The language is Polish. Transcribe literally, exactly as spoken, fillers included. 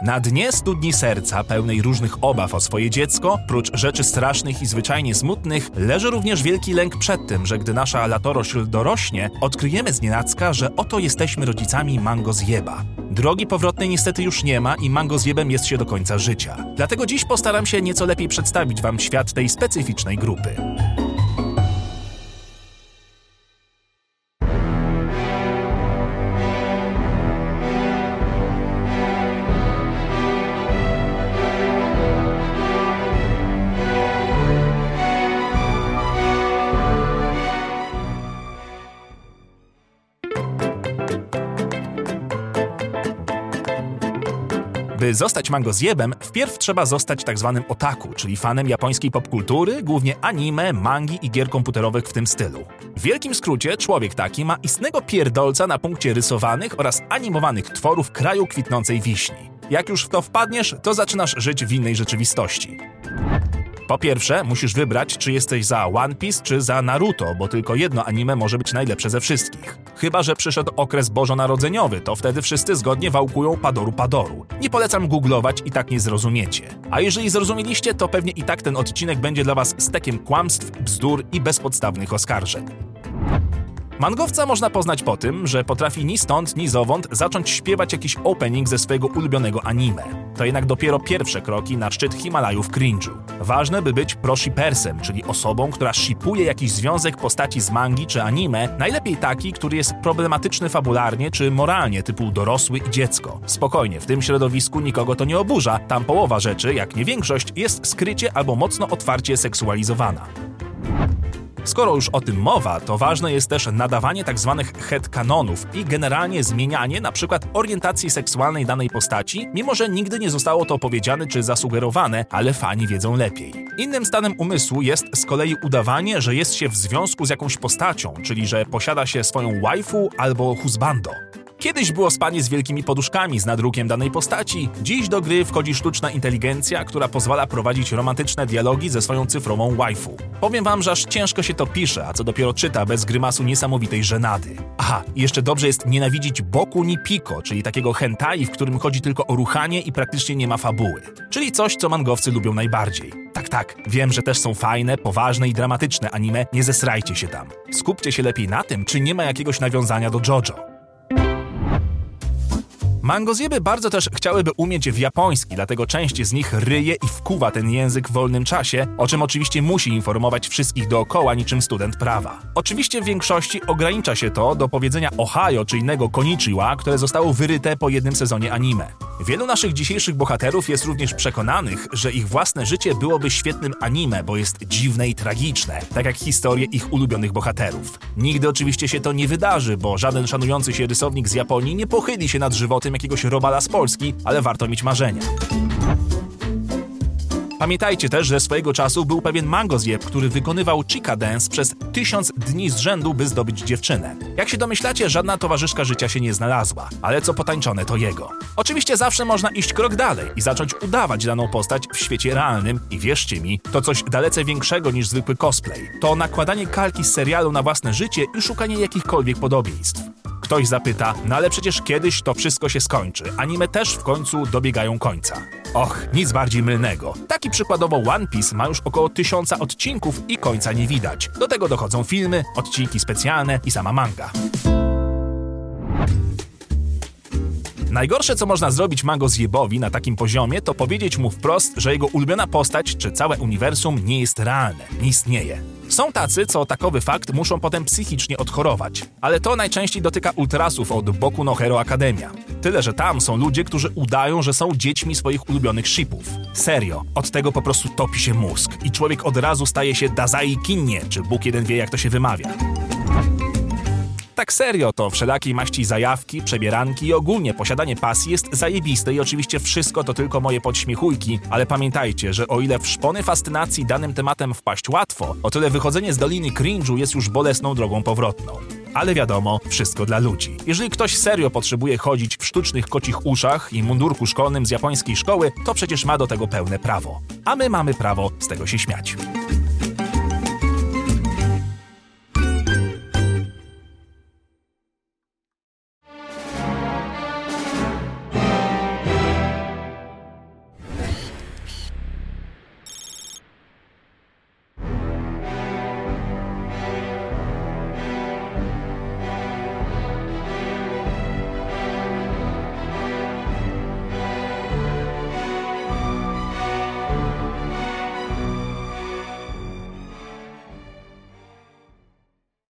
Na dnie studni serca, pełnej różnych obaw o swoje dziecko, prócz rzeczy strasznych i zwyczajnie smutnych, leży również wielki lęk przed tym, że gdy nasza latorośl dorośnie, odkryjemy znienacka, że oto jesteśmy rodzicami mangozjeba. Drogi powrotnej niestety już nie ma i mangozjebem jest się do końca życia. Dlatego dziś postaram się nieco lepiej przedstawić wam świat tej specyficznej grupy. By zostać mangozjebem, wpierw trzeba zostać tak zwanym otaku, czyli fanem japońskiej popkultury, głównie anime, mangi i gier komputerowych w tym stylu. W wielkim skrócie, człowiek taki ma istnego pierdolca na punkcie rysowanych oraz animowanych tworów kraju kwitnącej wiśni. Jak już w to wpadniesz, to zaczynasz żyć w innej rzeczywistości. Po pierwsze, musisz wybrać, czy jesteś za One Piece, czy za Naruto, bo tylko jedno anime może być najlepsze ze wszystkich. Chyba że przyszedł okres bożonarodzeniowy, to wtedy wszyscy zgodnie wałkują Padoru Padoru. Nie polecam googlować, i tak nie zrozumiecie. A jeżeli zrozumieliście, to pewnie i tak ten odcinek będzie dla was stekiem kłamstw, bzdur i bezpodstawnych oskarżeń. Mangowca można poznać po tym, że potrafi ni stąd, ni zowąd zacząć śpiewać jakiś opening ze swojego ulubionego anime. To jednak dopiero pierwsze kroki na szczyt Himalajów cringe'u. Ważne, by być pro-shippersem, czyli osobą, która shipuje jakiś związek postaci z mangi czy anime, najlepiej taki, który jest problematyczny fabularnie czy moralnie, typu dorosły i dziecko. Spokojnie, w tym środowisku nikogo to nie oburza, tam połowa rzeczy, jak nie większość, jest skrycie albo mocno otwarcie seksualizowana. Skoro już o tym mowa, to ważne jest też nadawanie tzw. headcanonów i generalnie zmienianie np. orientacji seksualnej danej postaci, mimo że nigdy nie zostało to powiedziane czy zasugerowane, ale fani wiedzą lepiej. Innym stanem umysłu jest z kolei udawanie, że jest się w związku z jakąś postacią, czyli że posiada się swoją waifu albo husbando. Kiedyś było spanie z wielkimi poduszkami z nadrukiem danej postaci, dziś do gry wchodzi sztuczna inteligencja, która pozwala prowadzić romantyczne dialogi ze swoją cyfrową waifu. Powiem wam, że aż ciężko się to pisze, a co dopiero czyta bez grymasu niesamowitej żenady. Aha, i jeszcze dobrze jest nienawidzić Boku ni Pico, czyli takiego hentai, w którym chodzi tylko o ruchanie i praktycznie nie ma fabuły. Czyli coś, co mangowcy lubią najbardziej. Tak, tak, wiem, że też są fajne, poważne i dramatyczne anime, nie zesrajcie się tam. Skupcie się lepiej na tym, czy nie ma jakiegoś nawiązania do JoJo. Mangozjeby bardzo też chciałyby umieć w japoński, dlatego część z nich ryje i wkuwa ten język w wolnym czasie, o czym oczywiście musi informować wszystkich dookoła niczym student prawa. Oczywiście w większości ogranicza się to do powiedzenia Ohio czy innego konnichiwa, które zostało wyryte po jednym sezonie anime. Wielu naszych dzisiejszych bohaterów jest również przekonanych, że ich własne życie byłoby świetnym anime, bo jest dziwne i tragiczne, tak jak historie ich ulubionych bohaterów. Nigdy oczywiście się to nie wydarzy, bo żaden szanujący się rysownik z Japonii nie pochyli się nad żywotem jakiegoś robala z Polski, ale warto mieć marzenia. Pamiętajcie też, że swojego czasu był pewien mangozjeb, który wykonywał chica dance przez tysiąc dni z rzędu, by zdobyć dziewczynę. Jak się domyślacie, żadna towarzyszka życia się nie znalazła, ale co potańczone to jego. Oczywiście zawsze można iść krok dalej i zacząć udawać daną postać w świecie realnym i wierzcie mi, to coś dalece większego niż zwykły cosplay. To nakładanie kalki z serialu na własne życie i szukanie jakichkolwiek podobieństw. Ktoś zapyta, no ale przecież kiedyś to wszystko się skończy. Anime też w końcu dobiegają końca. Och, nic bardziej mylnego. Taki przykładowo One Piece ma już około tysiąca odcinków i końca nie widać. Do tego dochodzą filmy, odcinki specjalne i sama manga. Najgorsze, co można zrobić mangozjebowi na takim poziomie, to powiedzieć mu wprost, że jego ulubiona postać czy całe uniwersum nie jest realne, nie istnieje. Są tacy, co takowy fakt muszą potem psychicznie odchorować. Ale to najczęściej dotyka ultrasów od Boku no Hero Academia. Tyle, że tam są ludzie, którzy udają, że są dziećmi swoich ulubionych shipów. Serio, od tego po prostu topi się mózg i człowiek od razu staje się Dazai Kinnie, czy Bóg jeden wie, jak to się wymawia. Tak serio, to wszelakiej maści zajawki, przebieranki i ogólnie posiadanie pasji jest zajebiste i oczywiście wszystko to tylko moje podśmiechujki, ale pamiętajcie, że o ile w szpony fascynacji danym tematem wpaść łatwo, o tyle wychodzenie z doliny cringe'u jest już bolesną drogą powrotną. Ale wiadomo, wszystko dla ludzi. Jeżeli ktoś serio potrzebuje chodzić w sztucznych kocich uszach i mundurku szkolnym z japońskiej szkoły, to przecież ma do tego pełne prawo. A my mamy prawo z tego się śmiać.